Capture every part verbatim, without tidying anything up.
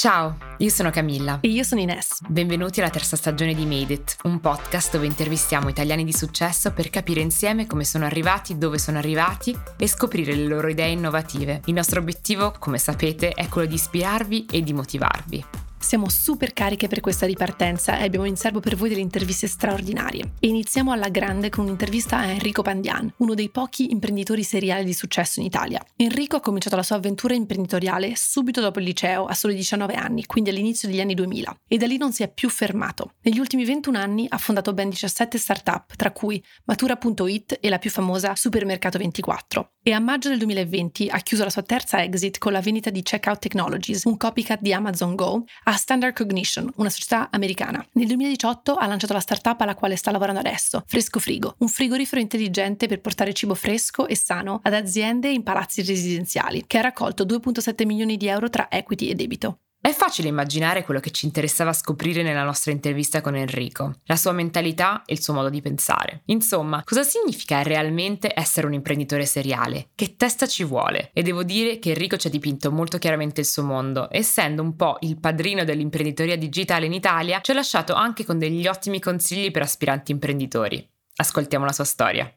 Ciao, io sono Camilla. E io sono Ines. Benvenuti alla terza stagione di Made It, un podcast dove intervistiamo italiani di successo per capire insieme come sono arrivati, dove sono arrivati e scoprire le loro idee innovative. Il nostro obiettivo, come sapete, è quello di ispirarvi e di motivarvi. Siamo super cariche per questa ripartenza e abbiamo in serbo per voi delle interviste straordinarie. E iniziamo alla grande con un'intervista a Enrico Pandian, uno dei pochi imprenditori seriali di successo in Italia. Enrico ha cominciato la sua avventura imprenditoriale subito dopo il liceo, a soli diciannove anni, quindi all'inizio degli anni duemila, e da lì non si è più fermato. Negli ultimi ventuno anni ha fondato ben diciassette start-up, tra cui Matura punto it e la più famosa Supermercato ventiquattro. E a maggio del duemilaventi ha chiuso la sua terza exit con la vendita di Checkout Technologies, un copycat di Amazon Go, a Standard Cognition, una società americana. Nel duemiladiciotto ha lanciato la startup alla quale sta lavorando adesso, Fresco Frigo, un frigorifero intelligente per portare cibo fresco e sano ad aziende in palazzi residenziali, che ha raccolto due virgola sette milioni di euro tra equity e debito. È facile immaginare quello che ci interessava scoprire nella nostra intervista con Enrico, la sua mentalità e il suo modo di pensare. Insomma, cosa significa realmente essere un imprenditore seriale? Che testa ci vuole? E devo dire che Enrico ci ha dipinto molto chiaramente il suo mondo, essendo un po' il padrino dell'imprenditoria digitale in Italia, ci ha lasciato anche con degli ottimi consigli per aspiranti imprenditori. Ascoltiamo la sua storia.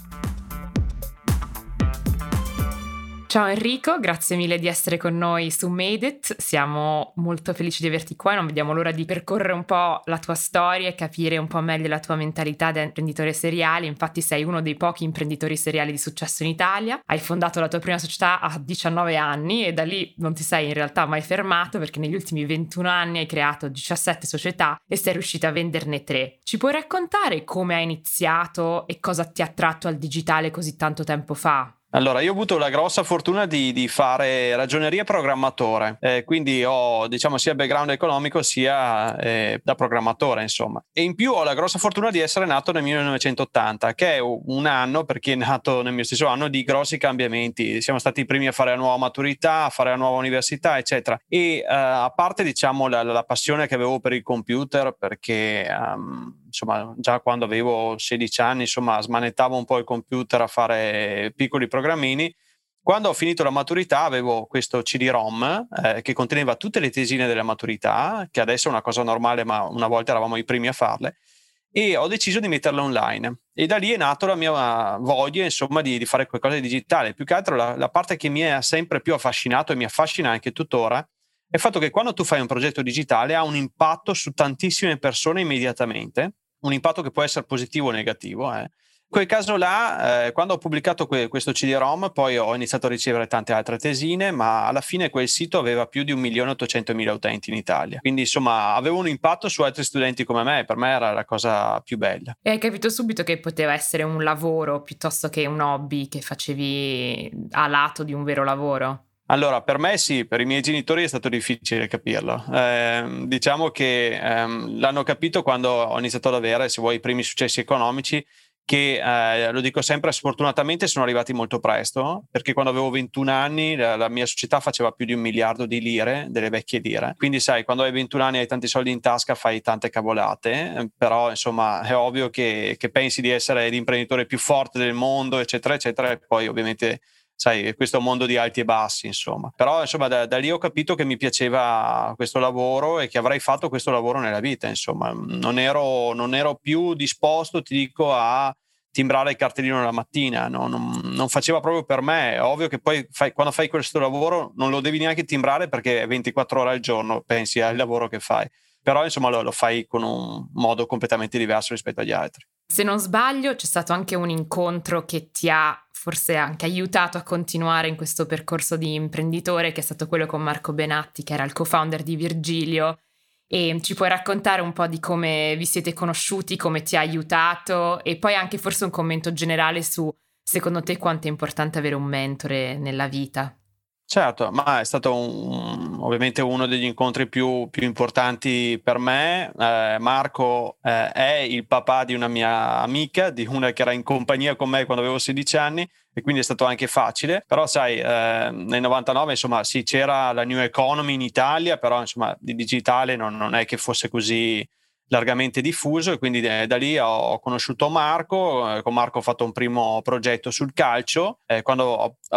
Ciao Enrico, grazie mille di essere con noi su Made It, siamo molto felici di averti qua e non vediamo l'ora di percorrere un po' la tua storia e capire un po' meglio la tua mentalità da imprenditore seriale. Infatti sei uno dei pochi imprenditori seriali di successo in Italia, hai fondato la tua prima società a diciannove anni e da lì non ti sei in realtà mai fermato perché negli ultimi ventuno anni hai creato diciassette società e sei riuscito a venderne tre. Ci puoi raccontare come hai iniziato e cosa ti ha attratto al digitale così tanto tempo fa? Allora, io ho avuto la grossa fortuna di, di fare ragioneria programmatore, eh, quindi ho diciamo sia background economico sia eh, da programmatore, insomma. E in più ho la grossa fortuna di essere nato nel millenovecentottanta, che è un anno, per chi è nato nel mio stesso anno, di grossi cambiamenti. Siamo stati i primi a fare la nuova maturità, a fare la nuova università, eccetera. E uh, a parte diciamo la, la passione che avevo per il computer, perché um, insomma già quando avevo sedici anni insomma smanettavo un po' il computer a fare piccoli programmini. Quando ho finito la maturità avevo questo C D-ROM eh, che conteneva tutte le tesine della maturità, che adesso è una cosa normale ma una volta eravamo i primi a farle, e ho deciso di metterla online e da lì è nata la mia voglia insomma di, di fare qualcosa di digitale. Più che altro la, la parte che mi ha sempre più affascinato e mi affascina anche tuttora è il fatto che quando tu fai un progetto digitale ha un impatto su tantissime persone immediatamente, un impatto che può essere positivo o negativo. Eh. In quel caso là, eh, quando ho pubblicato que- questo C D-ROM, poi ho iniziato a ricevere tante altre tesine, ma alla fine quel sito aveva più di un milione e ottocentomila utenti in Italia. Quindi insomma avevo un impatto su altri studenti come me, per me era la cosa più bella. E hai capito subito che poteva essere un lavoro piuttosto che un hobby che facevi a lato di un vero lavoro? Allora, per me sì, per i miei genitori è stato difficile capirlo. Eh, diciamo che ehm, l'hanno capito quando ho iniziato ad avere, se vuoi, i primi successi economici, che eh, lo dico sempre, sfortunatamente sono arrivati molto presto, perché quando avevo ventuno anni la, la mia società faceva più di un miliardo di lire, delle vecchie lire. Quindi sai, quando hai ventuno anni e hai tanti soldi in tasca fai tante cavolate, eh, però insomma è ovvio che, che pensi di essere l'imprenditore più forte del mondo, eccetera, eccetera, e poi ovviamente sai, questo è un mondo di alti e bassi, insomma. Però, insomma, da, da lì ho capito che mi piaceva questo lavoro e che avrei fatto questo lavoro nella vita, insomma. Non ero, non ero più disposto, ti dico, a timbrare il cartellino la mattina, no? non, non faceva proprio per me. È ovvio che poi fai, quando fai questo lavoro non lo devi neanche timbrare perché è ventiquattro ore al giorno, pensi al lavoro che fai. Però, insomma, lo, lo fai con un modo completamente diverso rispetto agli altri. Se non sbaglio, c'è stato anche un incontro che ti ha forse anche aiutato a continuare in questo percorso di imprenditore, che è stato quello con Marco Benatti, che era il co-founder di Virgilio. E ci puoi raccontare un po' di come vi siete conosciuti, come ti ha aiutato e poi anche forse un commento generale su, secondo te, quanto è importante avere un mentore nella vita? Certo, ma è stato un, ovviamente uno degli incontri più, più importanti per me. Eh, Marco eh, è il papà di una mia amica, di una che era in compagnia con me quando avevo sedici anni e quindi è stato anche facile. Però sai, eh, nel novantanove insomma sì, c'era la New Economy in Italia, però insomma di digitale non, non è che fosse così largamente diffuso e quindi da, da lì ho conosciuto Marco. Eh, con Marco ho fatto un primo progetto sul calcio. Eh, quando ho, ho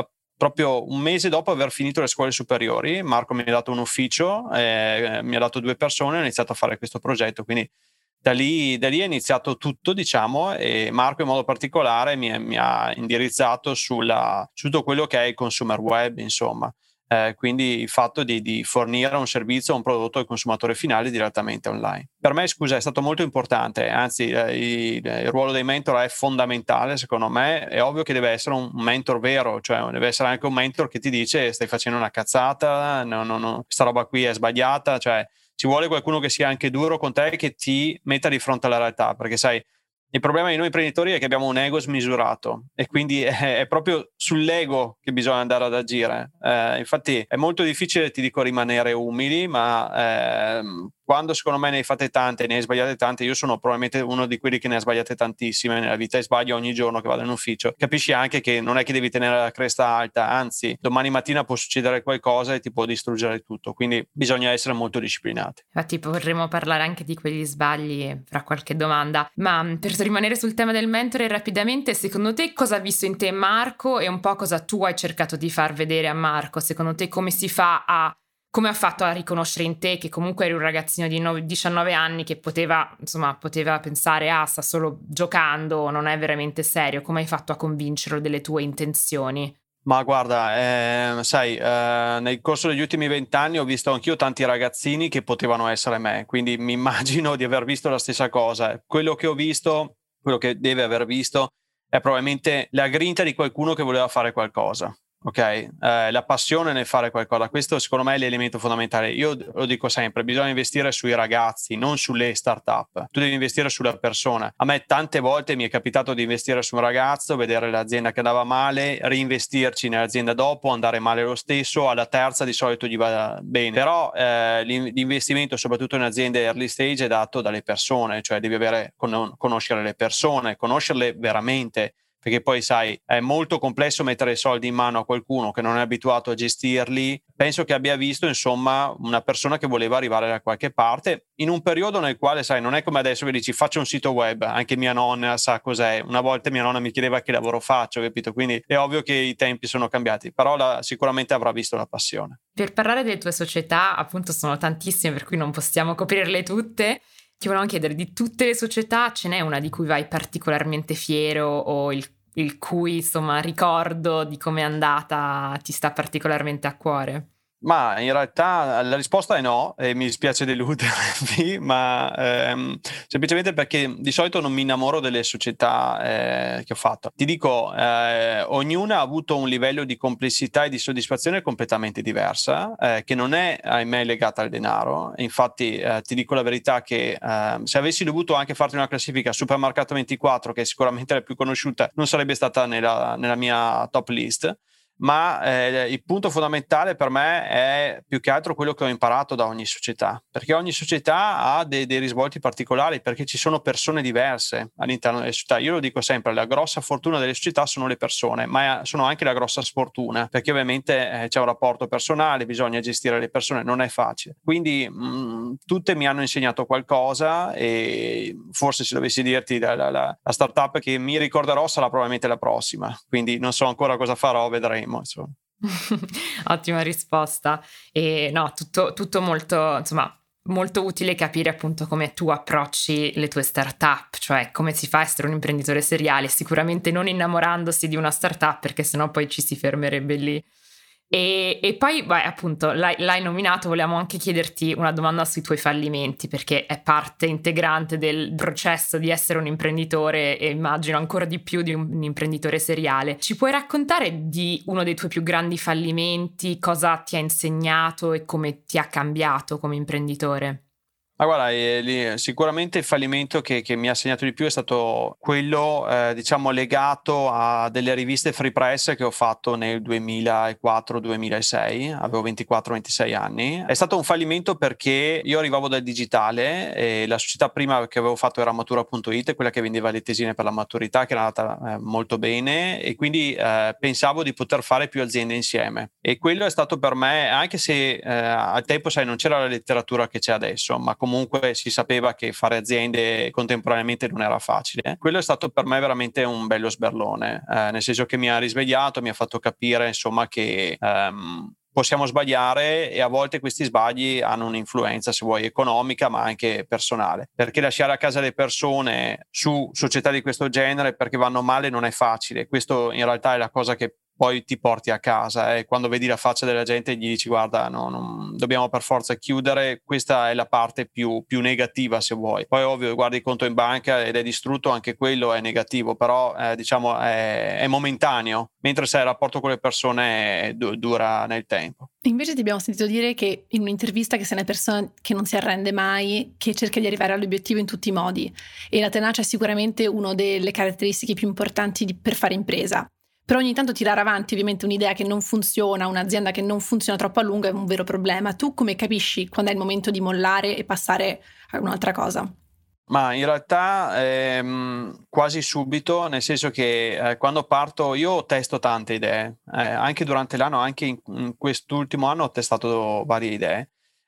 proprio un mese dopo aver finito le scuole superiori. Marco mi ha dato un ufficio, eh, mi ha dato due persone, ho iniziato a fare questo progetto, quindi da lì, da lì è iniziato tutto, diciamo, e Marco in modo particolare mi, mi ha indirizzato sulla, su tutto quello che è il consumer web, insomma. Eh, quindi il fatto di, di fornire un servizio o un prodotto al consumatore finale direttamente online. Per me, scusa, è stato molto importante, anzi eh, il, il ruolo dei mentor è fondamentale secondo me. È ovvio che deve essere un mentor vero, cioè deve essere anche un mentor che ti dice stai facendo una cazzata, no, no, no, questa roba qui è sbagliata, cioè ci vuole qualcuno che sia anche duro con te, che ti metta di fronte alla realtà, perché sai, il problema di noi imprenditori è che abbiamo un ego smisurato e quindi è, è proprio sull'ego che bisogna andare ad agire. Eh, infatti è molto difficile, ti dico, rimanere umili, ma ehm, quando secondo me ne hai fatte tante, ne hai sbagliate tante, io sono probabilmente uno di quelli che ne ha sbagliate tantissime nella vita e sbaglio ogni giorno che vado in ufficio, capisci anche che non è che devi tenere la cresta alta, anzi domani mattina può succedere qualcosa e ti può distruggere tutto, quindi bisogna essere molto disciplinati. Infatti vorremmo parlare anche di quegli sbagli fra qualche domanda, ma per rimanere sul tema del mentore rapidamente, secondo te cosa ha visto in te Marco e un po' cosa tu hai cercato di far vedere a Marco? Secondo te come si fa a come ha fatto a riconoscere in te che comunque eri un ragazzino di diciannove anni che poteva, insomma, poteva pensare ah, sta solo giocando, non è veramente serio? Come hai fatto a convincerlo delle tue intenzioni? Ma guarda, eh, sai, eh, nel corso degli ultimi vent'anni ho visto anch'io tanti ragazzini che potevano essere me, quindi mi immagino di aver visto la stessa cosa. Quello che ho visto, quello che deve aver visto, è probabilmente la grinta di qualcuno che voleva fare qualcosa. Ok, eh, la passione nel fare qualcosa, questo secondo me è l'elemento fondamentale. Io lo dico sempre, bisogna investire sui ragazzi, non sulle start-up. Tu devi investire sulla persona. A me tante volte mi è capitato di investire su un ragazzo, vedere l'azienda che andava male, reinvestirci nell'azienda dopo, andare male lo stesso, alla terza di solito gli va bene. Però eh, l'investimento soprattutto in aziende early stage è dato dalle persone, cioè devi avere, conoscere le persone, conoscerle veramente, perché poi sai, è molto complesso mettere soldi in mano a qualcuno che non è abituato a gestirli. Penso che abbia visto, insomma, una persona che voleva arrivare da qualche parte in un periodo nel quale, sai, non è come adesso che dici faccio un sito web, anche mia nonna sa cos'è. Una volta mia nonna mi chiedeva che lavoro faccio, capito? Quindi è ovvio che i tempi sono cambiati, però la, sicuramente avrà visto la passione. Per parlare delle tue società, appunto sono tantissime per cui non possiamo coprirle tutte. Ti volevo chiedere, di tutte le società ce n'è una di cui vai particolarmente fiero o il, il cui insomma ricordo di come è andata ti sta particolarmente a cuore? Ma in realtà la risposta è no, e mi dispiace deludervi, ma ehm, semplicemente perché di solito non mi innamoro delle società eh, che ho fatto. Ti dico, eh, ognuna ha avuto un livello di complessità e di soddisfazione completamente diversa, eh, che non è, ahimè, legata al denaro. Infatti eh, ti dico la verità che eh, se avessi dovuto anche farti una classifica, Supermercato ventiquattro, che è sicuramente la più conosciuta, non sarebbe stata nella, nella mia top list. Ma eh, il punto fondamentale per me è più che altro quello che ho imparato da ogni società, perché ogni società ha dei, dei risvolti particolari, perché ci sono persone diverse all'interno delle società. Io lo dico sempre, la grossa fortuna delle società sono le persone, ma sono anche la grossa sfortuna, perché ovviamente eh, c'è un rapporto personale, bisogna gestire le persone, non è facile. Quindi mh, tutte mi hanno insegnato qualcosa, e forse se dovessi dirti la, la, la startup che mi ricorderò sarà probabilmente la prossima, quindi non so ancora cosa farò, vedremo. Ottima risposta. E no, tutto, tutto molto, insomma, molto utile capire appunto come tu approcci le tue startup, cioè come si fa a essere un imprenditore seriale, sicuramente non innamorandosi di una startup, perché sennò poi ci si fermerebbe lì. E, e poi, beh, appunto, l'hai, l'hai nominato, volevamo anche chiederti una domanda sui tuoi fallimenti, perché è parte integrante del processo di essere un imprenditore e immagino ancora di più di un, un imprenditore seriale. Ci puoi raccontare di uno dei tuoi più grandi fallimenti, cosa ti ha insegnato e come ti ha cambiato come imprenditore? Ma guarda, eh, sicuramente il fallimento che, che mi ha segnato di più è stato quello, eh, diciamo, legato a delle riviste free press che ho fatto nel duemilaquattro duemilasei, avevo ventiquattro ventisei anni. È stato un fallimento perché io arrivavo dal digitale e la società prima che avevo fatto era matura punto it, quella che vendeva le tesine per la maturità, che era andata eh, molto bene, e quindi eh, pensavo di poter fare più aziende insieme. E quello è stato per me, anche se eh, al tempo, sai, non c'era la letteratura che c'è adesso, ma comunque comunque si sapeva che fare aziende contemporaneamente non era facile. Quello è stato per me veramente un bello sberlone, eh, nel senso che mi ha risvegliato, mi ha fatto capire insomma che um, possiamo sbagliare, e a volte questi sbagli hanno un'influenza, se vuoi, economica ma anche personale, perché lasciare a casa le persone su società di questo genere perché vanno male non è facile. Questo in realtà è la cosa che poi ti porti a casa, e eh. quando vedi la faccia della gente gli dici guarda no, non, dobbiamo per forza chiudere. Questa è la parte più, più negativa, se vuoi. Poi ovvio guardi il conto in banca ed è distrutto, anche quello è negativo, però eh, diciamo è, è momentaneo, mentre se il rapporto con le persone du- dura nel tempo. Invece ti abbiamo sentito dire che in un'intervista che sei una persona che non si arrende mai, che cerca di arrivare all'obiettivo in tutti i modi, e la tenacia è sicuramente una delle caratteristiche più importanti di, per fare impresa. Però ogni tanto tirare avanti ovviamente un'idea che non funziona, un'azienda che non funziona troppo a lungo è un vero problema. Tu come capisci quando è il momento di mollare e passare a un'altra cosa? Ma in realtà ehm, quasi subito, nel senso che eh, quando parto io testo tante idee, eh, anche durante l'anno, anche in, in quest'ultimo anno ho testato varie idee.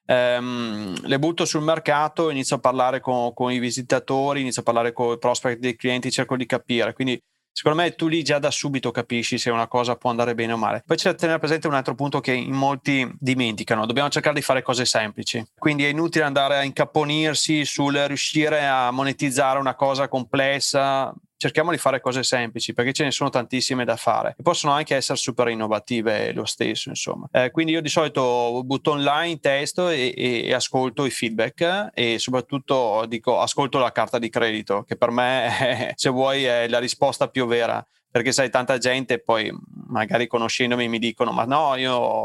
Um, le butto sul mercato, inizio a parlare con, con i visitatori, inizio a parlare con i prospect dei clienti, cerco di capire. Quindi secondo me tu lì già da subito capisci se una cosa può andare bene o male. Poi c'è da tenere presente un altro punto che in molti dimenticano: dobbiamo cercare di fare cose semplici, quindi è inutile andare a incapponirsi sul riuscire a monetizzare una cosa complessa. Cerchiamo di fare cose semplici, perché ce ne sono tantissime da fare e possono anche essere super innovative lo stesso, insomma. Eh, quindi io di solito butto online, testo e, e, e ascolto i feedback, e soprattutto dico ascolto la carta di credito, che per me è, se vuoi è la risposta più vera. Perché sai, tanta gente poi magari conoscendomi mi dicono ma no,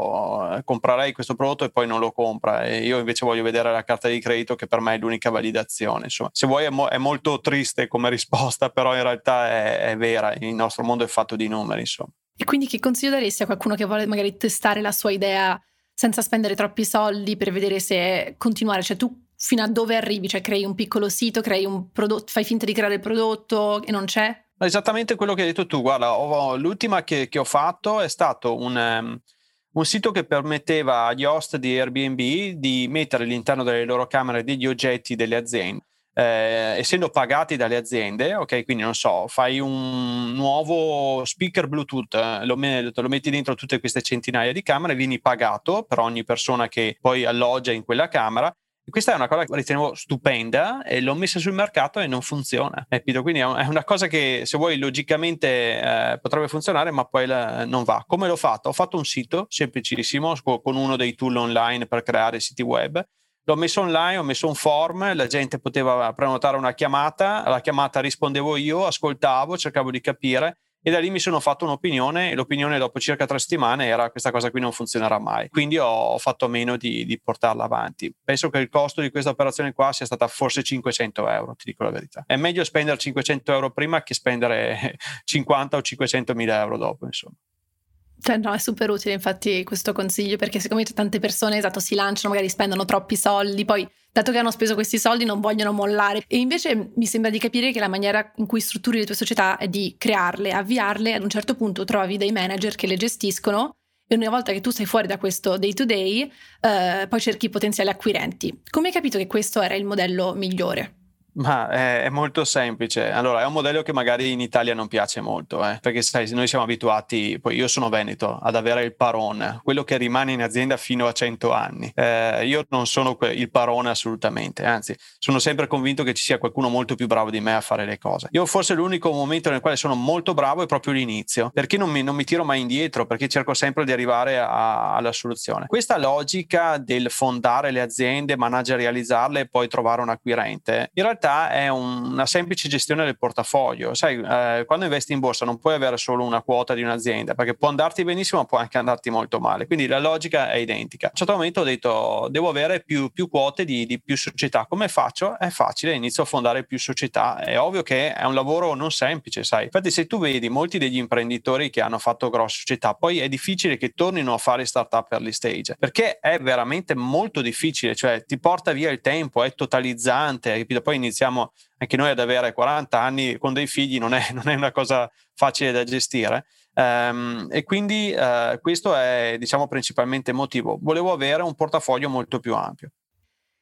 io comprerei questo prodotto e poi non lo compra, e io invece voglio vedere la carta di credito, che per me è l'unica validazione. Insomma, se vuoi è, mo- è molto triste come risposta, però in realtà è, è vera. Il nostro mondo è fatto di numeri, insomma. E quindi che consiglio daresti a qualcuno che vuole magari testare la sua idea senza spendere troppi soldi, per vedere se continuare? Cioè tu fino a dove arrivi? Cioè crei un piccolo sito, crei un prodotto, fai finta di creare il prodotto e non c'è? Esattamente quello che hai detto tu. Guarda, ho, l'ultima che, che ho fatto è stato un, um, un sito che permetteva agli host di Airbnb di mettere all'interno delle loro camere degli oggetti delle aziende, eh, essendo pagati dalle aziende. Ok, quindi non so, fai un nuovo speaker Bluetooth, eh, lo, met- lo metti dentro tutte queste centinaia di camere, vieni pagato per ogni persona che poi alloggia in quella camera. Questa è una cosa che ritenevo stupenda e l'ho messa sul mercato e non funziona, capito? Quindi è una cosa che, se vuoi, logicamente eh, potrebbe funzionare, ma poi la, non va. Come l'ho fatto? Ho fatto un sito semplicissimo con uno dei tool online per creare siti web. L'ho messo online, ho messo un form, la gente poteva prenotare una chiamata, alla chiamata rispondevo io, ascoltavo, cercavo di capire, e da lì mi sono fatto un'opinione, e l'opinione dopo circa tre settimane era: questa cosa qui non funzionerà mai. Quindi ho fatto a meno di, di portarla avanti. Penso che il costo di questa operazione qua sia stata forse cinquecento euro, ti dico la verità. È meglio spendere cinquecento euro prima che spendere cinquanta o cinquecentomila euro dopo, insomma. Cioè no, è super utile infatti questo consiglio, perché secondo me tante persone, esatto, si lanciano, magari spendono troppi soldi, poi dato che hanno speso questi soldi non vogliono mollare. E invece mi sembra di capire che la maniera in cui strutturi le tue società è di crearle, avviarle, ad un certo punto trovi dei manager che le gestiscono, e una volta che tu sei fuori da questo day to day eh, poi cerchi potenziali acquirenti. Come hai capito che questo era il modello migliore? Ma è, è molto semplice. Allora, è un modello che magari in Italia non piace molto, eh, perché sai, noi siamo abituati, poi io sono veneto, ad avere il paron, quello che rimane in azienda fino a cento anni. Eh, io non sono que- il paron assolutamente, anzi, sono sempre convinto che ci sia qualcuno molto più bravo di me a fare le cose. Io forse l'unico momento nel quale sono molto bravo è proprio l'inizio, perché non mi, non mi tiro mai indietro, perché cerco sempre di arrivare a, alla soluzione. Questa logica del fondare le aziende, managerializzarle e poi trovare un acquirente, in realtà è un, una semplice gestione del portafoglio. Sai, eh, quando investi in borsa non puoi avere solo una quota di un'azienda, perché può andarti benissimo ma può anche andarti molto male, quindi la logica è identica. A un certo momento ho detto devo avere più, più quote di, di più società. Come faccio? È facile, inizio a fondare più società. È ovvio che è un lavoro non semplice, sai. Infatti se tu vedi molti degli imprenditori che hanno fatto grosse società, poi è difficile che tornino a fare startup early stage, perché è veramente molto difficile, cioè ti porta via il tempo, è totalizzante, capito? Poi iniziamo anche noi ad avere quaranta anni con dei figli, non è, non è una cosa facile da gestire, um, e quindi uh, questo è, diciamo, principalmente il motivo. Volevo avere un portafoglio molto più ampio.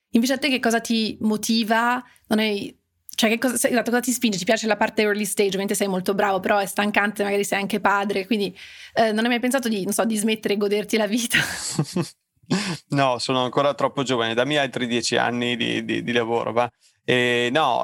Invece a te che cosa ti motiva? Non hai... Cioè, che cosa, esatto, cosa ti spinge? Ti piace la parte early stage, ovviamente sei molto bravo, però è stancante, magari sei anche padre, quindi eh, non hai mai pensato di, non so, di smettere e goderti la vita? No, sono ancora troppo giovane, dammi altri dieci anni di, di, di lavoro, va? E no,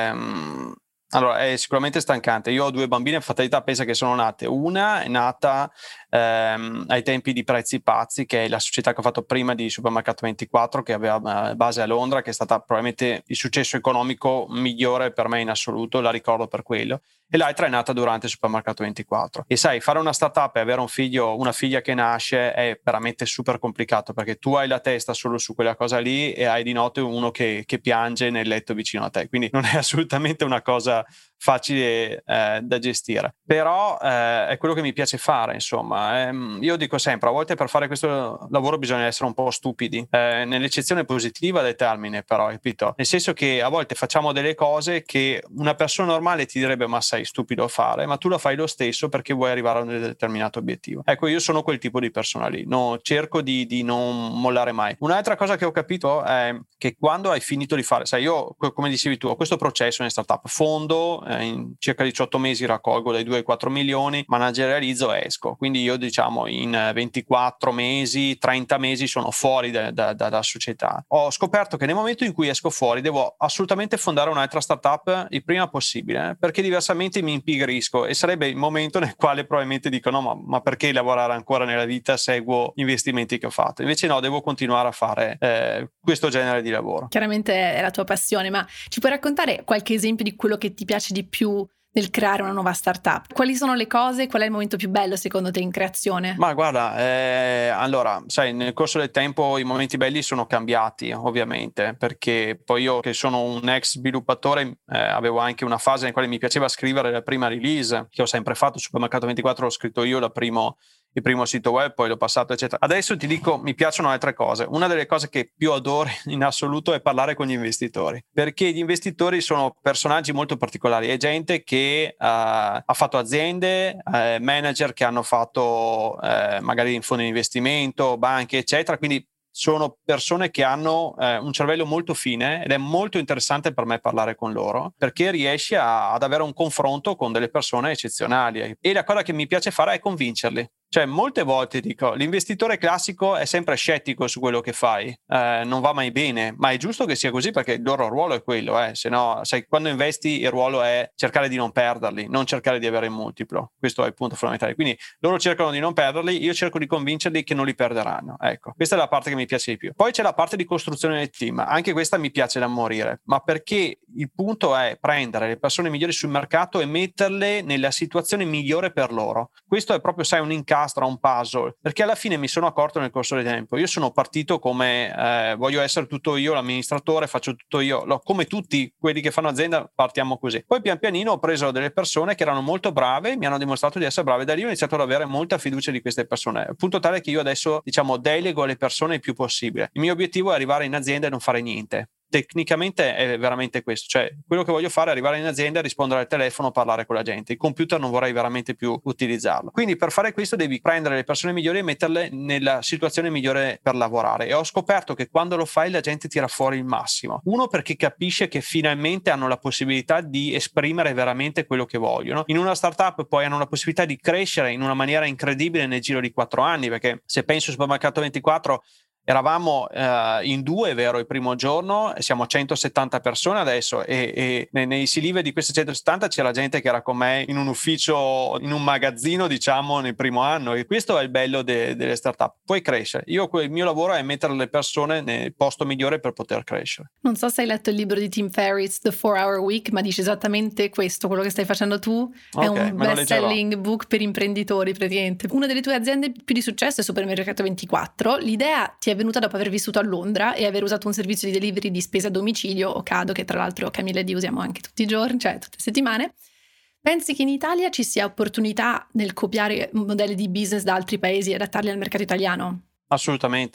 ehm, allora è sicuramente stancante. Io ho due bambine, fatalità, pensa che sono nate. Una è nata ehm, ai tempi di Prezzi Pazzi, che è la società che ho fatto prima di Supermercato ventiquattro, che aveva base a Londra, che è stata probabilmente il successo economico migliore per me in assoluto, la ricordo per quello. E l'altra è nata durante Supermercato ventiquattro. E sai, fare una startup e avere un figlio, una figlia che nasce è veramente super complicato, perché tu hai la testa solo su quella cosa lì e hai di notte uno che, che piange nel letto vicino a te, quindi non è assolutamente una cosa facile eh, da gestire, però eh, è quello che mi piace fare, insomma. Eh, io dico sempre, a volte per fare questo lavoro bisogna essere un po' stupidi, eh, nell'eccezione positiva del termine, però, capito? Nel senso che a volte facciamo delle cose che una persona normale ti direbbe ma sei stupido a fare, ma tu lo fai lo stesso perché vuoi arrivare a un determinato obiettivo. Ecco, io sono quel tipo di persona lì, no, cerco di, di non mollare mai. Un'altra cosa che ho capito è che quando hai finito di fare, sai, io come dicevi tu, ho questo processo in startup, fondo, in circa diciotto mesi raccolgo dai due ai quattro milioni, managerializzo e esco, quindi io diciamo in ventiquattro mesi, trenta mesi sono fuori da, da, da, dalla società. Ho scoperto che nel momento in cui esco fuori devo assolutamente fondare un'altra startup il prima possibile, perché diversamente mi impigrisco e sarebbe il momento nel quale probabilmente dico no ma, ma perché lavorare ancora nella vita, seguo gli investimenti che ho fatto. Invece no, devo continuare a fare eh, questo genere di lavoro. Chiaramente è la tua passione, ma ci puoi raccontare qualche esempio di quello che ti piace di più nel creare una nuova startup? Quali sono le cose? Qual è il momento più bello secondo te in creazione? Ma guarda, eh, allora, sai, nel corso del tempo i momenti belli sono cambiati, ovviamente, perché poi io che sono un ex sviluppatore eh, avevo anche una fase nella quale mi piaceva scrivere la prima release, che ho sempre fatto. Supermercato ventiquattro l'ho scritto io la primo il primo sito web, poi l'ho passato eccetera. Adesso ti dico, mi piacciono altre cose. Una delle cose che più adoro in assoluto è parlare con gli investitori, perché gli investitori sono personaggi molto particolari, è gente che uh, ha fatto aziende, uh, manager che hanno fatto uh, magari in fondi di investimento, banche eccetera, quindi sono persone che hanno eh, un cervello molto fine ed è molto interessante per me parlare con loro, perché riesci a, ad avere un confronto con delle persone eccezionali e la cosa che mi piace fare è convincerli. Cioè molte volte dico, l'investitore classico è sempre scettico su quello che fai, eh, non va mai bene, ma è giusto che sia così perché il loro ruolo è quello, eh. Se no, sai, quando investi il ruolo è cercare di non perderli, non cercare di avere il multiplo, questo è il punto fondamentale, quindi loro cercano di non perderli, io cerco di convincerli che non li perderanno, ecco, questa è la parte che mi piace di più. Poi c'è la parte di costruzione del team, anche questa mi piace da morire, ma perché il punto è prendere le persone migliori sul mercato e metterle nella situazione migliore per loro, questo è proprio, sai, un incastro, un puzzle, perché alla fine mi sono accorto nel corso del tempo, io sono partito come eh, voglio essere tutto io l'amministratore, faccio tutto io, lo, come tutti quelli che fanno azienda partiamo così, poi pian pianino ho preso delle persone che erano molto brave, mi hanno dimostrato di essere brave, da lì ho iniziato ad avere molta fiducia di queste persone, al punto tale che io adesso diciamo delego alle persone il più possibile. Il mio obiettivo è arrivare in azienda e non fare niente. Tecnicamente è veramente questo, cioè quello che voglio fare è arrivare in azienda, rispondere al telefono, parlare con la gente, il computer non vorrei veramente più utilizzarlo, quindi per fare questo devi prendere le persone migliori e metterle nella situazione migliore per lavorare e ho scoperto che quando lo fai la gente tira fuori il massimo, uno perché capisce che finalmente hanno la possibilità di esprimere veramente quello che vogliono, in una startup poi hanno la possibilità di crescere in una maniera incredibile nel giro di quattro anni, perché se penso a Supermercato ventiquattro eravamo uh, in due, vero, il primo giorno, siamo centosettanta persone adesso e, e nei, nei silive di queste centosettanta c'era gente che era con me in un ufficio, in un magazzino diciamo nel primo anno e questo è il bello de, delle startup, puoi crescere. Io il mio lavoro è mettere le persone nel posto migliore per poter crescere. Non so se hai letto il libro di Tim Ferriss, The four hour week, ma dice esattamente questo, quello che stai facendo tu è okay, un best selling book per imprenditori praticamente. Una delle tue aziende più di successo è Supermercato ventiquattro, l'idea ti è venuta dopo aver vissuto a Londra e aver usato un servizio di delivery di spesa a domicilio, Ocado, che tra l'altro Camilla e Di usiamo anche tutti i giorni, cioè tutte le settimane. Pensi che in Italia ci sia opportunità nel copiare modelli di business da altri paesi e adattarli al mercato italiano? Assolutamente.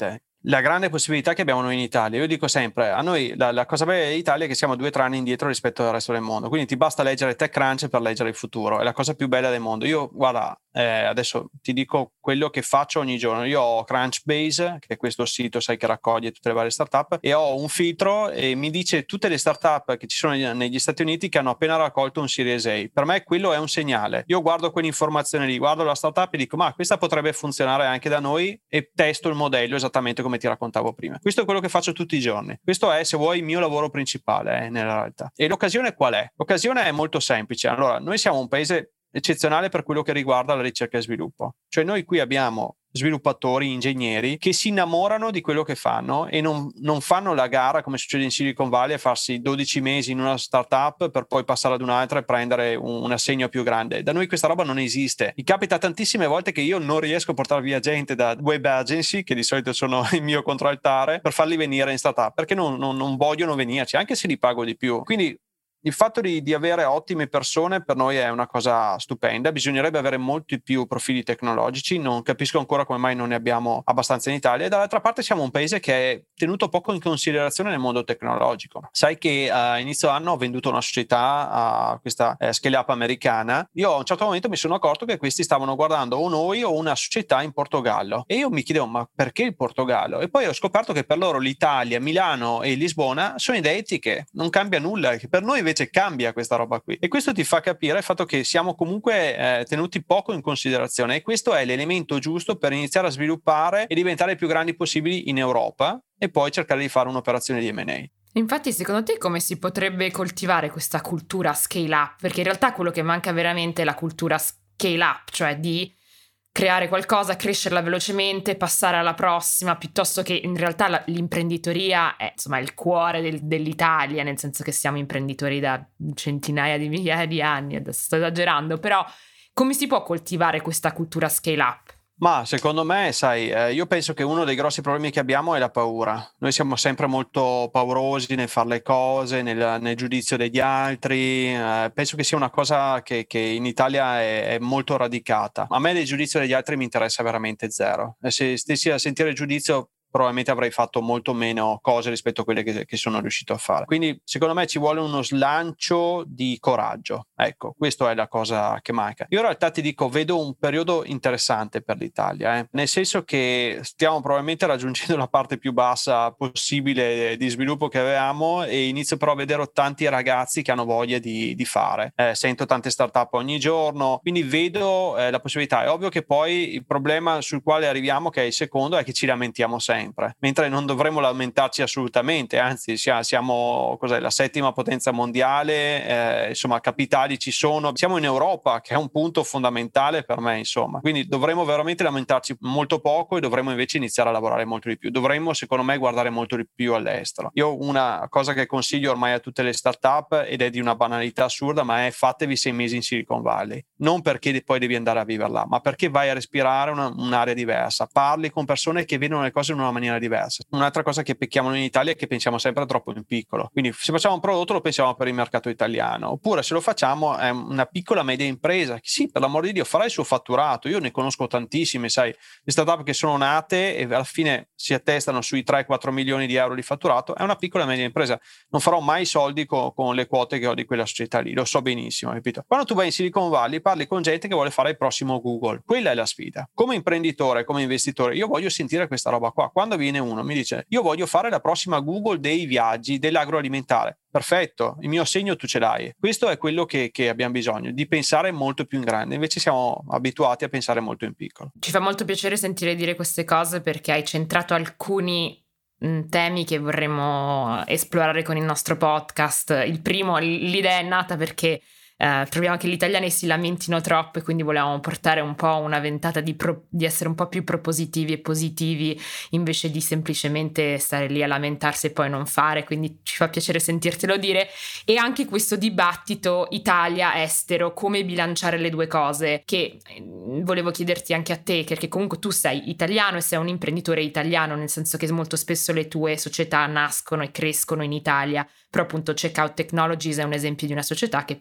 la grande possibilità che abbiamo noi in Italia. Io dico sempre, a noi la, la cosa bella dell'Italia è che siamo due o tre anni indietro rispetto al resto del mondo, quindi ti basta leggere TechCrunch per leggere il futuro, è la cosa più bella del mondo. Io, guarda, eh, adesso ti dico quello che faccio ogni giorno. Io ho Crunchbase, che è questo sito, sai, che raccoglie tutte le varie startup, e ho un filtro e mi dice tutte le startup che ci sono negli Stati Uniti che hanno appena raccolto un Series A. Per me quello è un segnale. Io guardo quell'informazione lì, guardo la startup e dico, ma questa potrebbe funzionare anche da noi, e testo il modello esattamente come ti raccontavo prima. Questo è quello che faccio tutti i giorni. Questo è, se vuoi, il mio lavoro principale, eh, nella realtà. E l'occasione qual è? L'occasione è molto semplice. Allora, noi siamo un paese eccezionale per quello che riguarda la ricerca e sviluppo. Cioè noi qui abbiamo sviluppatori, ingegneri che si innamorano di quello che fanno e non, non fanno la gara come succede in Silicon Valley a farsi dodici mesi in una startup per poi passare ad un'altra e prendere un, un assegno più grande. Da noi questa roba non esiste. Mi capita tantissime volte che io non riesco a portare via gente da web agency, che di solito sono il mio contraltare, per farli venire in startup, perché non, non, non vogliono venirci, anche se li pago di più. Quindi il fatto di, di avere ottime persone per noi è una cosa stupenda. Bisognerebbe avere molti più profili tecnologici, non capisco ancora come mai non ne abbiamo abbastanza in Italia, e dall'altra parte siamo un paese che è tenuto poco in considerazione nel mondo tecnologico. Sai che a inizio anno ho venduto una società a questa eh, scale up americana. Io a un certo momento mi sono accorto che questi stavano guardando o noi o una società in Portogallo, e io mi chiedevo, ma perché il Portogallo? E poi ho scoperto che per loro l'Italia, Milano e Lisbona sono identiche, non cambia nulla, che per noi invece cambia questa roba qui. E questo ti fa capire il fatto che siamo comunque eh, tenuti poco in considerazione, e questo è l'elemento giusto per iniziare a sviluppare e diventare i più grandi possibili in Europa, e poi cercare di fare un'operazione di M and A. Infatti, secondo te come si potrebbe coltivare questa cultura scale up? Perché in realtà quello che manca veramente è la cultura scale up, cioè di creare qualcosa, crescerla velocemente, passare alla prossima, piuttosto che in realtà la, l'imprenditoria è insomma il cuore del, dell'Italia, nel senso che siamo imprenditori da centinaia di migliaia di anni, adesso sto esagerando, però come si può coltivare questa cultura scale up? Ma secondo me, sai, eh, io penso che uno dei grossi problemi che abbiamo è la paura. Noi siamo sempre molto paurosi nel fare le cose, nel, nel giudizio degli altri. Eh, penso che sia una cosa che, che in Italia è, è molto radicata. A me il giudizio degli altri mi interessa veramente zero. E se stessi a sentire il giudizio, probabilmente avrei fatto molto meno cose rispetto a quelle che, che sono riuscito a fare. Quindi secondo me ci vuole uno slancio di coraggio. Ecco, questa è la cosa che manca. Io in realtà ti dico, vedo un periodo interessante per l'Italia, eh? Nel senso che stiamo probabilmente raggiungendo la parte più bassa possibile di sviluppo che avevamo, e inizio però a vedere tanti ragazzi che hanno voglia di, di fare. Eh, sento tante startup ogni giorno, quindi vedo eh, la possibilità. È ovvio che poi il problema sul quale arriviamo, che è il secondo, è che ci lamentiamo sempre. Mentre non dovremmo lamentarci assolutamente, anzi siamo cos'è, la settima potenza mondiale, eh, insomma capitali ci sono, siamo in Europa, che è un punto fondamentale per me, insomma, quindi dovremmo veramente lamentarci molto poco e dovremmo invece iniziare a lavorare molto di più. Dovremmo secondo me guardare molto di più all'estero. Io una cosa che consiglio ormai a tutte le startup, ed è di una banalità assurda, ma è: fatevi sei mesi in Silicon Valley, non perché poi devi andare a vivere là, ma perché vai a respirare una, un'area diversa, parli con persone che vedono le cose in una maniera diversa. Un'altra cosa che pecchiamo noi in Italia è che pensiamo sempre troppo in piccolo, quindi se facciamo un prodotto lo pensiamo per il mercato italiano, oppure se lo facciamo è una piccola media impresa che sì, per l'amor di Dio, farà il suo fatturato. Io ne conosco tantissime, sai, le startup che sono nate e alla fine si attestano sui tre quattro milioni di euro di fatturato. È una piccola media impresa, non farò mai soldi co- con le quote che ho di quella società lì, lo so benissimo, capito? Quando tu vai in Silicon Valley parli con gente che vuole fare il prossimo Google, quella è la sfida. Come imprenditore, come investitore, io voglio sentire questa roba qua. Quando viene uno mi dice: io voglio fare la prossima Google dei viaggi, dell'agroalimentare, perfetto, il mio assegno tu ce l'hai. Questo è quello che, che abbiamo bisogno, di pensare molto più in grande. Invece siamo abituati a pensare molto in piccolo. Ci fa molto piacere sentire dire queste cose, perché hai centrato alcuni mh, temi che vorremmo esplorare con il nostro podcast. Il primo, l'idea è nata perché Uh, troviamo che gli italiani si lamentino troppo, e quindi volevamo portare un po' una ventata di, pro- di essere un po' più propositivi e positivi, invece di semplicemente stare lì a lamentarsi e poi non fare. Quindi ci fa piacere sentirtelo dire. E anche questo dibattito Italia-estero, come bilanciare le due cose, che eh, volevo chiederti anche a te, perché comunque tu sei italiano e sei un imprenditore italiano, nel senso che molto spesso le tue società nascono e crescono in Italia, però appunto Checkout Technologies è un esempio di una società che poi tu hai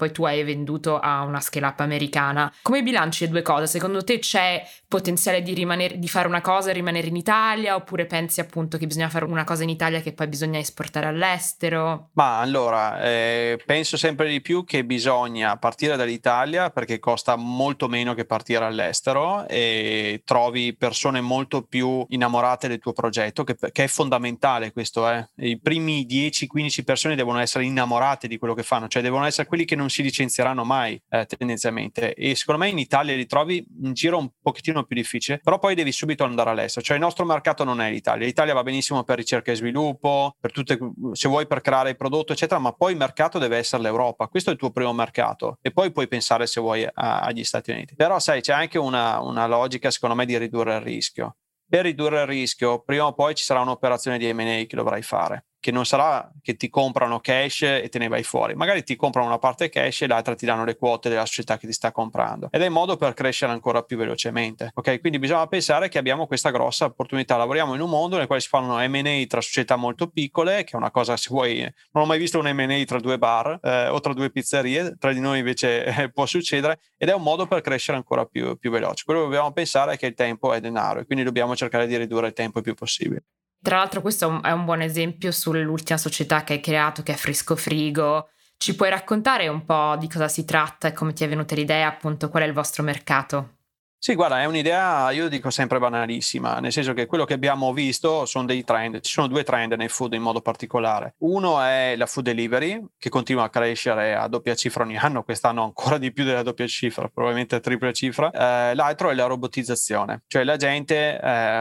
venduto a una scale up americana. Come bilanci le due cose? Secondo te c'è potenziale di rimanere, di fare una cosa e rimanere in Italia, oppure pensi appunto che bisogna fare una cosa in Italia che poi bisogna esportare all'estero? Ma allora, eh, penso sempre di più che bisogna partire dall'Italia perché costa molto meno che partire all'estero e trovi persone molto più innamorate del tuo progetto, che, che è fondamentale questo. Eh. I primi dieci quindici persone devono essere innamorate di quello che fanno, cioè devono essere quelli che non si licenzieranno mai eh, tendenzialmente, e secondo me in Italia li trovi in giro un pochettino più difficile, però poi devi subito andare all'estero, cioè il nostro mercato non è l'Italia. L'Italia va benissimo per ricerca e sviluppo, per tutte, se vuoi per creare il prodotto eccetera, ma poi il mercato deve essere l'Europa, questo è il tuo primo mercato e poi puoi pensare se vuoi a, agli Stati Uniti. Però sai, c'è anche una, una logica secondo me di ridurre il rischio. Per ridurre il rischio prima o poi ci sarà un'operazione di M and A che dovrai fare, che non sarà che ti comprano cash e te ne vai fuori, magari ti comprano una parte cash e l'altra ti danno le quote della società che ti sta comprando, ed è il modo per crescere ancora più velocemente. Ok, quindi bisogna pensare che abbiamo questa grossa opportunità. Lavoriamo in un mondo nel quale si fanno M and A tra società molto piccole, che è una cosa, se vuoi, non ho mai visto un M and A tra due bar eh, o tra due pizzerie, tra di noi invece eh, può succedere, ed è un modo per crescere ancora più, più veloce. Quello che dobbiamo pensare è che il tempo è denaro e quindi dobbiamo cercare di ridurre il tempo il più possibile. Tra l'altro questo è un buon esempio sull'ultima società che hai creato, che è Fresco Frigo. Ci puoi raccontare un po' di cosa si tratta e come ti è venuta l'idea, appunto, qual è il vostro mercato? Sì, guarda, è un'idea, io dico sempre banalissima, nel senso che quello che abbiamo visto sono dei trend, ci sono due trend nel food in modo particolare. Uno è la food delivery, che continua a crescere a doppia cifra ogni anno, quest'anno ancora di più della doppia cifra, probabilmente a tripla cifra. Eh, l'altro è la robotizzazione, cioè la gente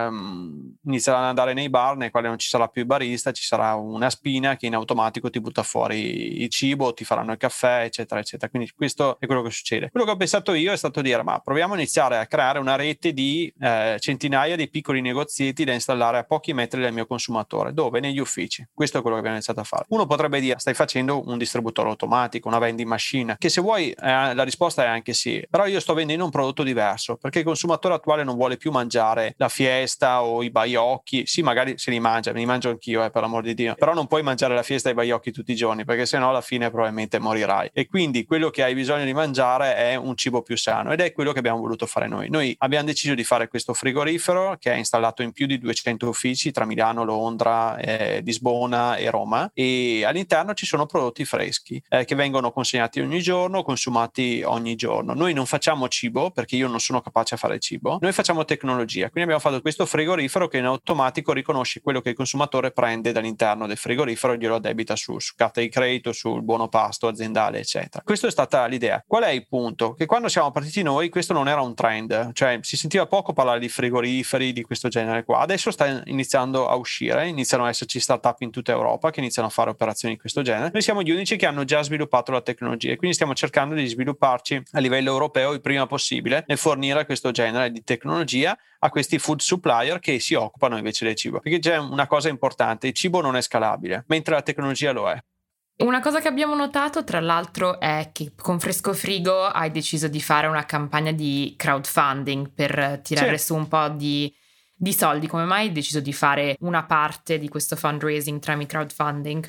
ehm, inizierà ad andare nei bar nei quali non ci sarà più il barista, ci sarà una spina che in automatico ti butta fuori il cibo, ti faranno il caffè, eccetera, eccetera. Quindi questo è quello che succede. Quello che ho pensato io è stato dire, ma proviamo a iniziare a creare una rete di eh, centinaia di piccoli negozietti da installare a pochi metri dal mio consumatore. Dove? Negli uffici. Questo è quello che abbiamo iniziato a fare. Uno potrebbe dire, stai facendo un distributore automatico, una vending machine, che se vuoi eh, la risposta è anche sì, però io sto vendendo un prodotto diverso, perché il consumatore attuale non vuole più mangiare la Fiesta o i baiocchi. Sì, magari se li mangia, me li mangio anch'io, eh, per amor di Dio, però non puoi mangiare la Fiesta e i baiocchi tutti i giorni, perché sennò alla fine probabilmente morirai. E quindi quello che hai bisogno di mangiare è un cibo più sano, ed è quello che abbiamo voluto fare noi. Noi abbiamo deciso di fare questo frigorifero che è installato in più di duecento uffici tra Milano, Londra, eh, Lisbona e Roma, e all'interno ci sono prodotti freschi eh, che vengono consegnati ogni giorno, consumati ogni giorno. Noi non facciamo cibo, perché io non sono capace a fare cibo, noi facciamo tecnologia, quindi abbiamo fatto questo frigorifero che in automatico riconosce quello che il consumatore prende dall'interno del frigorifero e glielo addebita su, su carta di credito, sul buono pasto aziendale, eccetera. Questa è stata l'idea. Qual è il punto? Che quando siamo partiti noi questo non era un trend, cioè si sentiva poco parlare di frigoriferi di questo genere qua. Adesso sta iniziando a uscire, iniziano ad esserci startup in tutta Europa che iniziano a fare operazioni di questo genere. Noi siamo gli unici che hanno già sviluppato la tecnologia e quindi stiamo cercando di svilupparci a livello europeo il prima possibile nel fornire questo genere di tecnologia a questi food supplier che si occupano invece del cibo, perché c'è una cosa importante: il cibo non è scalabile, mentre la tecnologia lo è. Una cosa che abbiamo notato, tra l'altro, è che con Fresco Frigo hai deciso di fare una campagna di crowdfunding per tirare Sì. su un po' di, di soldi. Come mai hai deciso di fare una parte di questo fundraising tramite crowdfunding?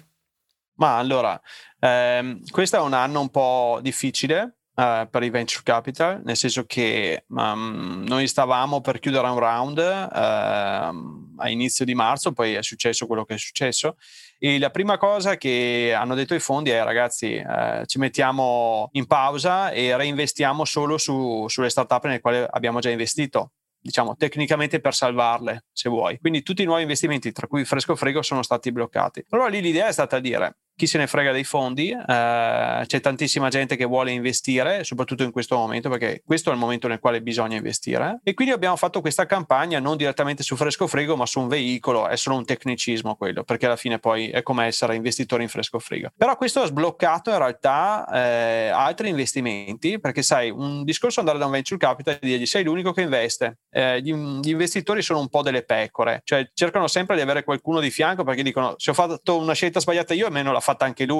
Ma allora, ehm, questo è un anno un po' difficile Uh, per i venture capital, nel senso che um, noi stavamo per chiudere un round uh, a inizio di marzo, poi è successo quello che è successo, e la prima cosa che hanno detto i fondi è: ragazzi, uh, ci mettiamo in pausa e reinvestiamo solo su, sulle startup nelle quali abbiamo già investito, diciamo tecnicamente per salvarle, se vuoi. Quindi tutti i nuovi investimenti, tra cui Fresco Frigo, sono stati bloccati. Allora lì l'idea è stata dire: chi se ne frega dei fondi, eh, c'è tantissima gente che vuole investire, soprattutto in questo momento, perché questo è il momento nel quale bisogna investire, e quindi abbiamo fatto questa campagna non direttamente su Fresco Frigo ma su un veicolo. È solo un tecnicismo quello, perché alla fine poi è come essere investitori in Fresco Frigo. Però questo ha sbloccato in realtà eh, altri investimenti, perché sai, un discorso è andare da un venture capital e dirgli: sei l'unico che investe. Eh, gli, gli investitori sono un po' delle pecore, cioè cercano sempre di avere qualcuno di fianco, perché dicono: se ho fatto una scelta sbagliata io, almeno la fatta anche lui,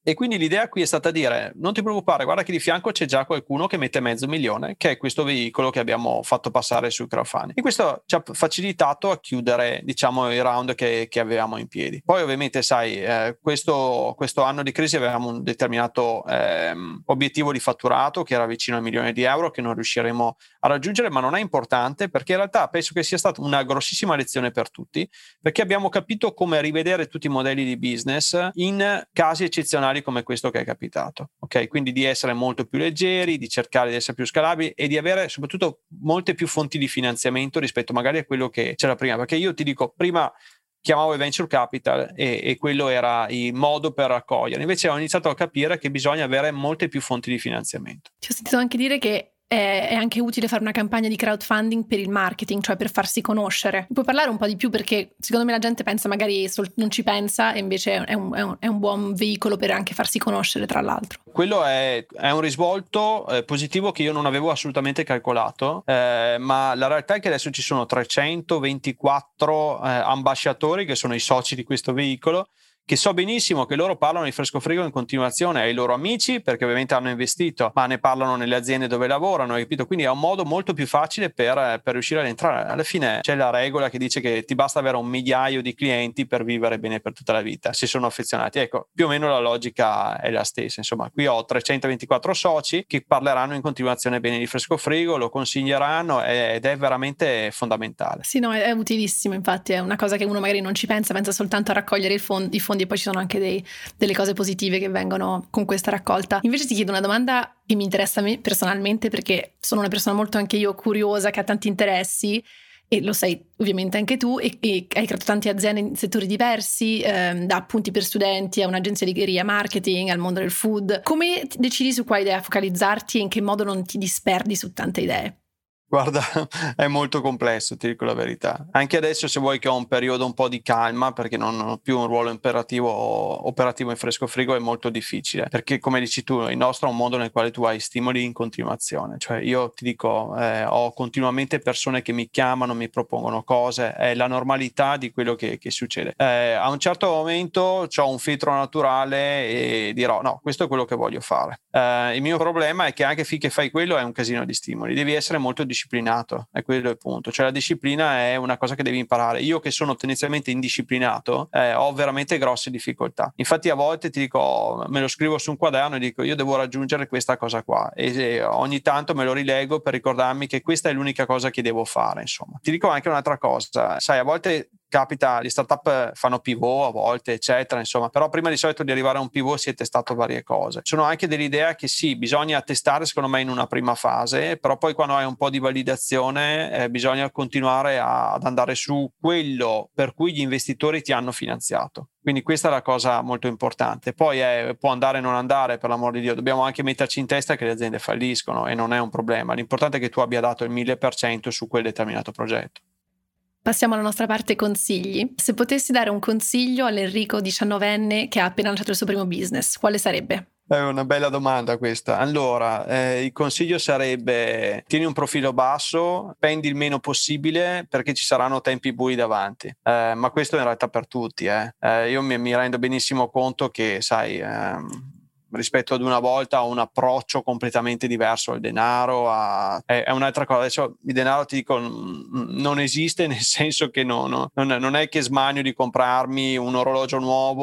E quindi l'idea qui è stata dire: non ti preoccupare, guarda che di fianco c'è già qualcuno che mette mezzo milione, che è questo veicolo che abbiamo fatto passare sul crowdfunding. E questo ci ha facilitato a chiudere, diciamo, il round che, che avevamo in piedi. Poi ovviamente sai, eh, questo, questo anno di crisi avevamo un determinato ehm, obiettivo di fatturato che era vicino al milione di euro, che non riusciremo a raggiungere, ma non è importante, perché in realtà penso che sia stata una grossissima lezione per tutti, perché abbiamo capito come rivedere tutti i modelli di business in casi eccezionali come questo che è capitato, ok? Quindi di essere molto più leggeri, di cercare di essere più scalabili e di avere soprattutto molte più fonti di finanziamento rispetto magari a quello che c'era prima, perché io ti dico, prima chiamavo il venture capital e, e quello era il modo per raccogliere, invece ho iniziato a capire che bisogna avere molte più fonti di finanziamento. Ti ho sentito anche dire che è anche utile fare una campagna di crowdfunding per il marketing, cioè per farsi conoscere. Puoi parlare un po' di più, perché secondo me la gente pensa, magari sol- non ci pensa, e invece è un, è, un, è un buon veicolo per anche farsi conoscere, tra l'altro. Quello è, è un risvolto eh, positivo che io non avevo assolutamente calcolato, eh, ma la realtà è che adesso ci sono trecentoventiquattro eh, ambasciatori che sono i soci di questo veicolo, che so benissimo che loro parlano di Frescofrigo in continuazione ai loro amici, perché ovviamente hanno investito, ma ne parlano nelle aziende dove lavorano, hai capito? Quindi è un modo molto più facile per, per riuscire ad entrare. Alla fine c'è la regola che dice che ti basta avere un migliaio di clienti per vivere bene per tutta la vita, se sono affezionati. Ecco, più o meno la logica è la stessa. Insomma, qui ho trecentoventiquattro soci che parleranno in continuazione bene di Frescofrigo, lo consiglieranno ed è veramente fondamentale. Sì, no, è utilissimo, infatti è una cosa che uno magari non ci pensa, pensa soltanto a raccogliere i fondi, i fondi e poi ci sono anche dei, delle cose positive che vengono con questa raccolta. Invece ti chiedo una domanda che mi interessa a me personalmente, perché sono una persona molto anche io curiosa, che ha tanti interessi, e lo sei ovviamente anche tu, e, e hai creato tante aziende in settori diversi, ehm, da appunti per studenti a un'agenzia di guerriglia marketing, al mondo del food. Come decidi su quale idea focalizzarti e in che modo non ti disperdi su tante idee? Guarda, è molto complesso, ti dico la verità. Anche adesso, se vuoi che ho un periodo un po' di calma, perché non ho più un ruolo imperativo operativo in Frescofrigo, è molto difficile, perché come dici tu, il nostro è un mondo nel quale tu hai stimoli in continuazione. Cioè io ti dico, eh, ho continuamente persone che mi chiamano, mi propongono cose, è la normalità di quello che, che succede. Eh, a un certo momento ho un filtro naturale e dirò no, questo è quello che voglio fare. Eh, il mio problema è che anche finché fai quello è un casino di stimoli, devi essere molto disciplinato, è quello il punto. Cioè la disciplina è una cosa che devi imparare. Io che sono tendenzialmente indisciplinato eh, ho veramente grosse difficoltà. Infatti a volte ti dico, me lo scrivo su un quaderno e dico io devo raggiungere questa cosa qua e, e ogni tanto me lo rilego per ricordarmi che questa è l'unica cosa che devo fare, insomma. Ti dico anche un'altra cosa, sai, a volte capita, le startup fanno pivot a volte eccetera, insomma, però prima di solito di arrivare a un pivot si è testato varie cose. Sono anche dell'idea che sì, bisogna testare secondo me in una prima fase, però poi quando hai un po' di validazione eh, bisogna continuare a, ad andare su quello per cui gli investitori ti hanno finanziato. Quindi questa è la cosa molto importante. Poi è, può andare o non andare, per l'amor di Dio, dobbiamo anche metterci in testa che le aziende falliscono e non è un problema. L'importante è che tu abbia dato il mille per cento su quel determinato progetto. Passiamo alla nostra parte consigli. Se potessi dare un consiglio all'Enrico diciannovenne che ha appena lanciato il suo primo business, quale sarebbe? È una bella domanda questa. Allora, eh, il consiglio sarebbe: tieni un profilo basso, spendi il meno possibile perché ci saranno tempi bui davanti. Eh, ma questo in realtà per tutti. Eh. Eh, io mi, mi rendo benissimo conto che, sai, ehm, rispetto ad una volta ho un approccio completamente diverso al denaro, a... è, è un'altra cosa. Adesso il denaro, ti dico, non esiste, nel senso che no, no, non, non è che smanio di comprarmi un orologio nuovo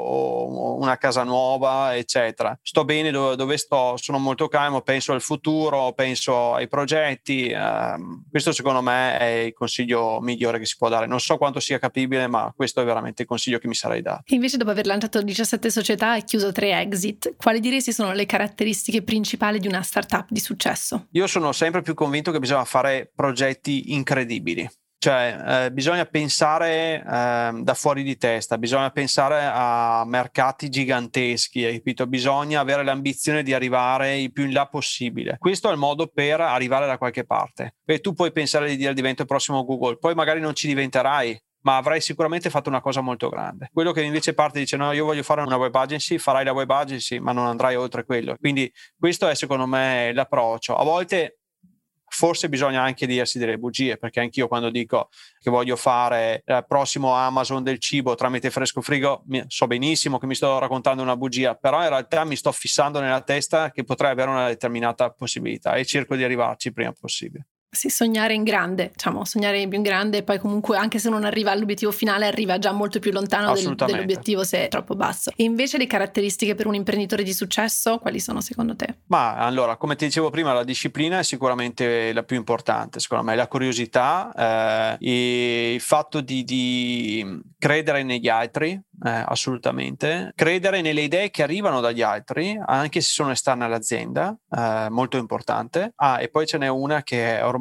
o una casa nuova eccetera. Sto bene dove, dove sto, sono molto calmo, penso al futuro, penso ai progetti. Um, questo secondo me è il consiglio migliore che si può dare. Non so quanto sia capibile, ma questo è veramente il consiglio che mi sarei dato. E invece, dopo aver lanciato diciassette società e chiuso tre exit, quali diresti sono le caratteristiche principali di una startup di successo? Io sono sempre più convinto che bisogna fare progetti incredibili. Cioè eh, bisogna pensare eh, da fuori di testa, bisogna pensare a mercati giganteschi, hai capito? Bisogna avere l'ambizione di arrivare il più in là possibile. Questo è il modo per arrivare da qualche parte. E tu puoi pensare di dire divento il prossimo Google, poi magari non ci diventerai, ma avrai sicuramente fatto una cosa molto grande. Quello che invece parte dice no, io voglio fare una web agency, farai la web agency, ma non andrai oltre quello. Quindi questo è secondo me l'approccio. A volte forse bisogna anche dirsi delle bugie, perché anch'io quando dico che voglio fare il prossimo Amazon del cibo tramite Fresco Frigo so benissimo che mi sto raccontando una bugia, però in realtà mi sto fissando nella testa che potrei avere una determinata possibilità e cerco di arrivarci il prima possibile. Sì, sognare in grande, diciamo, sognare più in grande e poi comunque anche se non arriva all'obiettivo finale arriva già molto più lontano del, dell'obiettivo se è troppo basso. E invece le caratteristiche per un imprenditore di successo quali sono secondo te? Ma allora, come ti dicevo prima, la disciplina è sicuramente la più importante, secondo me, la curiosità, eh, il fatto di, di credere negli altri, eh, assolutamente, credere nelle idee che arrivano dagli altri, anche se sono esterne all'azienda, eh, molto importante. Ah, e poi ce n'è una che ormai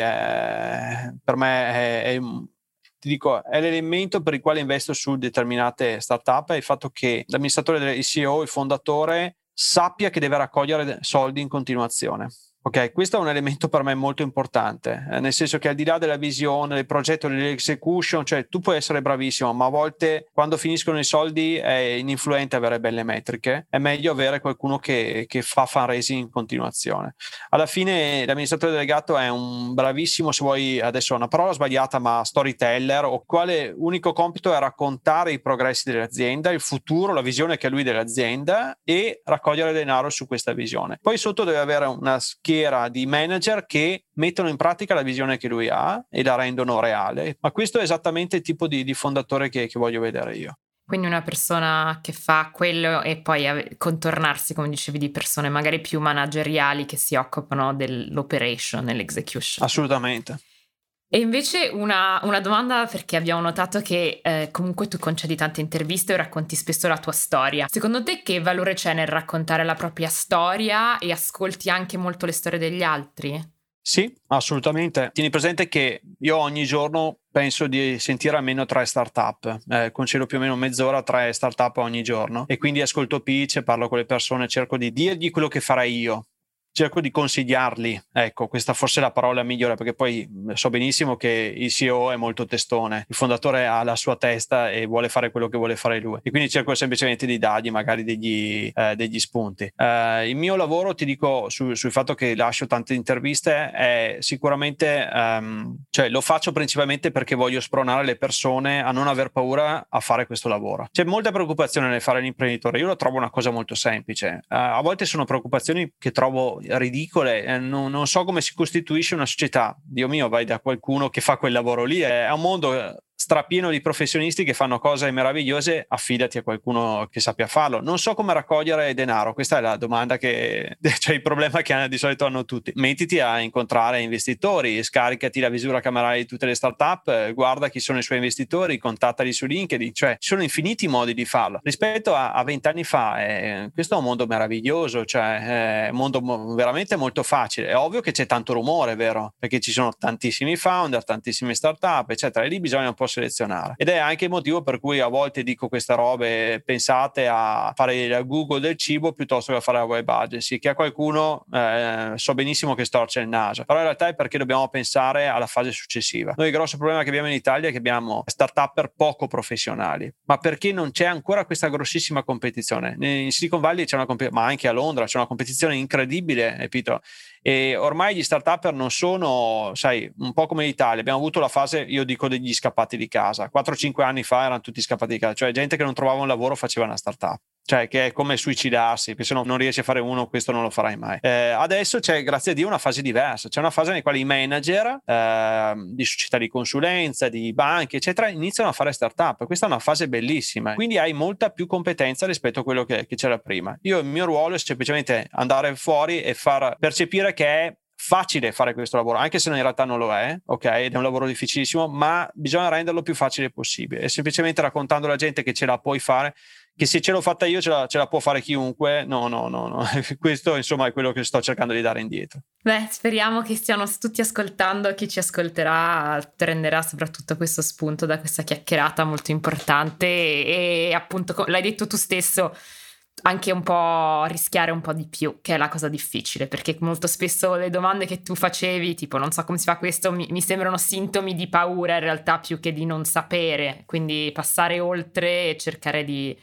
è, per me è, è ti dico, è l'elemento per il quale investo su determinate startup, è il fatto che l'amministratore, il C E O, il fondatore sappia che deve raccogliere soldi in continuazione. Ok, questo è un elemento per me molto importante, eh, nel senso che al di là della visione, del progetto, dell'execution, cioè tu puoi essere bravissimo, ma a volte quando finiscono i soldi è ininfluente avere belle metriche, è meglio avere qualcuno che, che fa fundraising in continuazione. Alla fine l'amministratore delegato è un bravissimo, se vuoi, adesso è una parola sbagliata, ma storyteller, o quale unico compito è raccontare i progressi dell'azienda, il futuro, la visione che ha lui dell'azienda e raccogliere denaro su questa visione. Poi sotto deve avere una schiera di manager che mettono in pratica la visione che lui ha e la rendono reale, ma questo è esattamente il tipo di, di fondatore che, che voglio vedere io. Quindi una persona che fa quello e poi ave- contornarsi, come dicevi, di persone magari più manageriali che si occupano dell'operation e l'execution. Assolutamente. E invece una, una domanda, perché abbiamo notato che eh, comunque tu concedi tante interviste e racconti spesso la tua storia. Secondo te che valore c'è nel raccontare la propria storia e ascolti anche molto le storie degli altri? Sì, assolutamente. Tieni presente che io ogni giorno penso di sentire almeno tre startup, eh, concedo più o meno mezz'ora a tre startup ogni giorno e quindi ascolto pitch, parlo con le persone, cerco di dirgli quello che farei io. Cerco di consigliarli, ecco, questa forse è la parola migliore, perché poi so benissimo che il C E O è molto testone, il fondatore ha la sua testa e vuole fare quello che vuole fare lui, e quindi cerco semplicemente di dargli magari degli, eh, degli spunti. Eh, il mio lavoro, ti dico, su, sul fatto che lascio tante interviste, è sicuramente, um, cioè lo faccio principalmente perché voglio spronare le persone a non aver paura a fare questo lavoro. C'è molta preoccupazione nel fare l'imprenditore, io lo trovo una cosa molto semplice, uh, a volte sono preoccupazioni che trovo ridicole, eh, non, non so come si costituisce una società. Dio mio, vai da qualcuno che fa quel lavoro lì, è un mondo strapieno di professionisti che fanno cose meravigliose, affidati a qualcuno che sappia farlo. Non so come raccogliere denaro, questa è la domanda che, cioè il problema che di solito hanno tutti. Mettiti a incontrare investitori, scaricati la visura camerale di tutte le startup, guarda chi sono i suoi investitori, contattali su LinkedIn, cioè ci sono infiniti modi di farlo. Rispetto a vent'anni fa, eh, questo è un mondo meraviglioso, cioè è un mondo mo- veramente molto facile. È ovvio che c'è tanto rumore, vero? Perché ci sono tantissimi founder, tantissime startup, eccetera, e lì bisogna un po' selezionare, ed è anche il motivo per cui a volte dico queste robe: pensate a fare il Google del cibo piuttosto che a fare la web agency, che a qualcuno eh, so benissimo che storce il naso, però in realtà è perché dobbiamo pensare alla fase successiva. Noi il grosso problema che abbiamo in Italia è che abbiamo start-upper poco professionali, ma perché non c'è ancora questa grossissima competizione. In Silicon Valley c'è una competizione, ma anche a Londra c'è una competizione incredibile, capito? E ormai gli start-upper non sono, sai, un po' come l'Italia. Abbiamo avuto la fase, io dico, degli scappati di casa. quattro cinque anni fa erano tutti scappati di casa, cioè gente che non trovava un lavoro faceva una startup, cioè che è come suicidarsi, perché se no non riesci a fare uno, questo non lo farai mai. Eh, adesso c'è, grazie a Dio, una fase diversa. C'è una fase nella quale i manager eh, di società di consulenza, di banche, eccetera, iniziano a fare startup. Questa è una fase bellissima, quindi hai molta più competenza rispetto a quello che, che c'era prima. Io, il mio ruolo è semplicemente andare fuori e far percepire che è facile fare questo lavoro, anche se in realtà non lo è, ok? Ed è un lavoro difficilissimo, ma bisogna renderlo più facile possibile, e semplicemente raccontando alla gente che ce la puoi fare, che se ce l'ho fatta io ce la, ce la può fare chiunque. No, no, no, no. Questo insomma è quello che sto cercando di dare indietro. Beh, speriamo che stiano tutti ascoltando, chi ci ascolterà prenderà soprattutto questo spunto da questa chiacchierata molto importante e, e appunto, l'hai detto tu stesso, anche un po' rischiare un po' di più, che è la cosa difficile, perché molto spesso le domande che tu facevi, tipo non so come si fa questo, mi, mi sembrano sintomi di paura in realtà più che di non sapere, quindi passare oltre e cercare di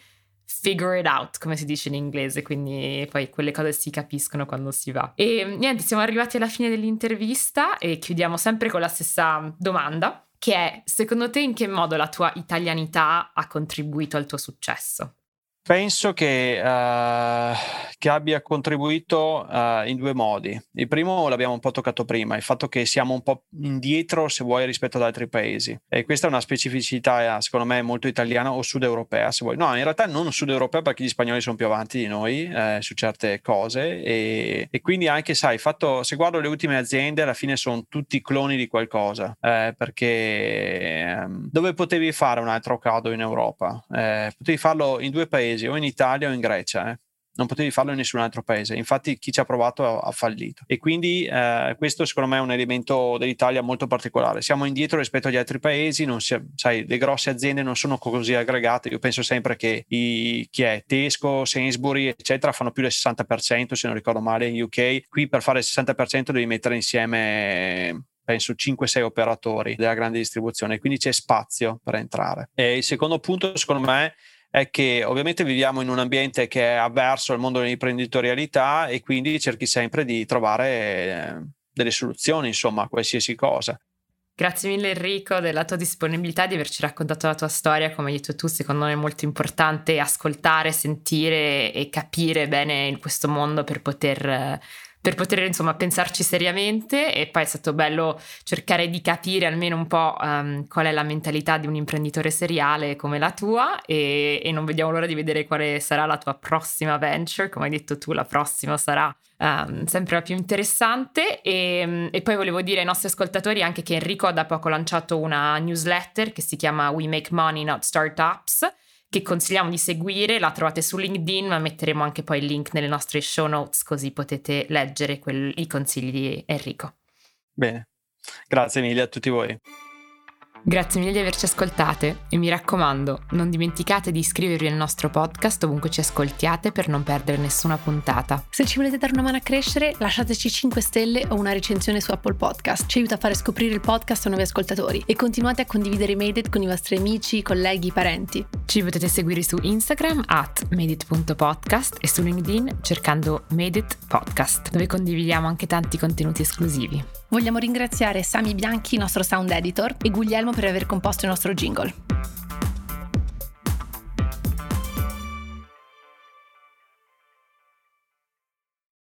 figure it out, come si dice in inglese, quindi poi quelle cose si capiscono quando si va. E niente, siamo arrivati alla fine dell'intervista e chiudiamo sempre con la stessa domanda, che è: secondo te in che modo la tua italianità ha contribuito al tuo successo? Penso che, uh, che abbia contribuito uh, in due modi. Il primo l'abbiamo un po' toccato prima, il fatto che siamo un po' indietro, se vuoi, rispetto ad altri paesi. E questa è una specificità, secondo me, molto italiana o sud europea, se vuoi. No, in realtà non sud europea, perché gli spagnoli sono più avanti di noi eh, su certe cose. E, e quindi anche, sai, fatto, se guardo le ultime aziende, alla fine sono tutti cloni di qualcosa. Eh, perché eh, dove potevi fare un altro cado in Europa? Eh, potevi farlo in due paesi, o in Italia o in Grecia, eh. Non potevi farlo in nessun altro paese. Infatti chi ci ha provato ha, ha fallito, e quindi eh, questo secondo me è un elemento dell'Italia molto particolare. Siamo indietro rispetto agli altri paesi, non si, sai, le grosse aziende non sono così aggregate. Io penso sempre che i, chi è Tesco, Sainsbury eccetera fanno più del sessanta per cento, se non ricordo male, in U K. Qui per fare il sessanta per cento devi mettere insieme, penso, cinque sei operatori della grande distribuzione, quindi c'è spazio per entrare. E il secondo punto, secondo me, è che ovviamente viviamo in un ambiente che è avverso al mondo dell'imprenditorialità, e quindi cerchi sempre di trovare delle soluzioni, insomma, a qualsiasi cosa. Grazie mille Enrico della tua disponibilità, di averci raccontato la tua storia. Come hai detto tu, secondo me è molto importante ascoltare, sentire e capire bene in questo mondo per poter... per poter insomma pensarci seriamente, e poi è stato bello cercare di capire almeno un po' um, qual è la mentalità di un imprenditore seriale come la tua, e, e non vediamo l'ora di vedere quale sarà la tua prossima venture. Come hai detto tu, la prossima sarà um, sempre la più interessante. E, e poi volevo dire ai nostri ascoltatori anche che Enrico ha da poco lanciato una newsletter che si chiama We Make Money Not Startups, che consigliamo di seguire. La trovate su LinkedIn, ma metteremo anche poi il link nelle nostre show notes, così potete leggere quel, i consigli di Enrico. Bene, grazie mille a tutti voi. Grazie mille di averci ascoltate, e mi raccomando, non dimenticate di iscrivervi al nostro podcast ovunque ci ascoltiate per non perdere nessuna puntata. Se ci volete dare una mano a crescere, lasciateci cinque stelle o una recensione su Apple Podcast. Ci aiuta a fare scoprire il podcast a nuovi ascoltatori, e continuate a condividere Made It con i vostri amici, colleghi, parenti. Ci potete seguire su Instagram at madeit punto podcast e su LinkedIn cercando Made It Podcast, dove condividiamo anche tanti contenuti esclusivi. Vogliamo ringraziare Sami Bianchi, nostro sound editor, e Guglielmo per aver composto il nostro jingle.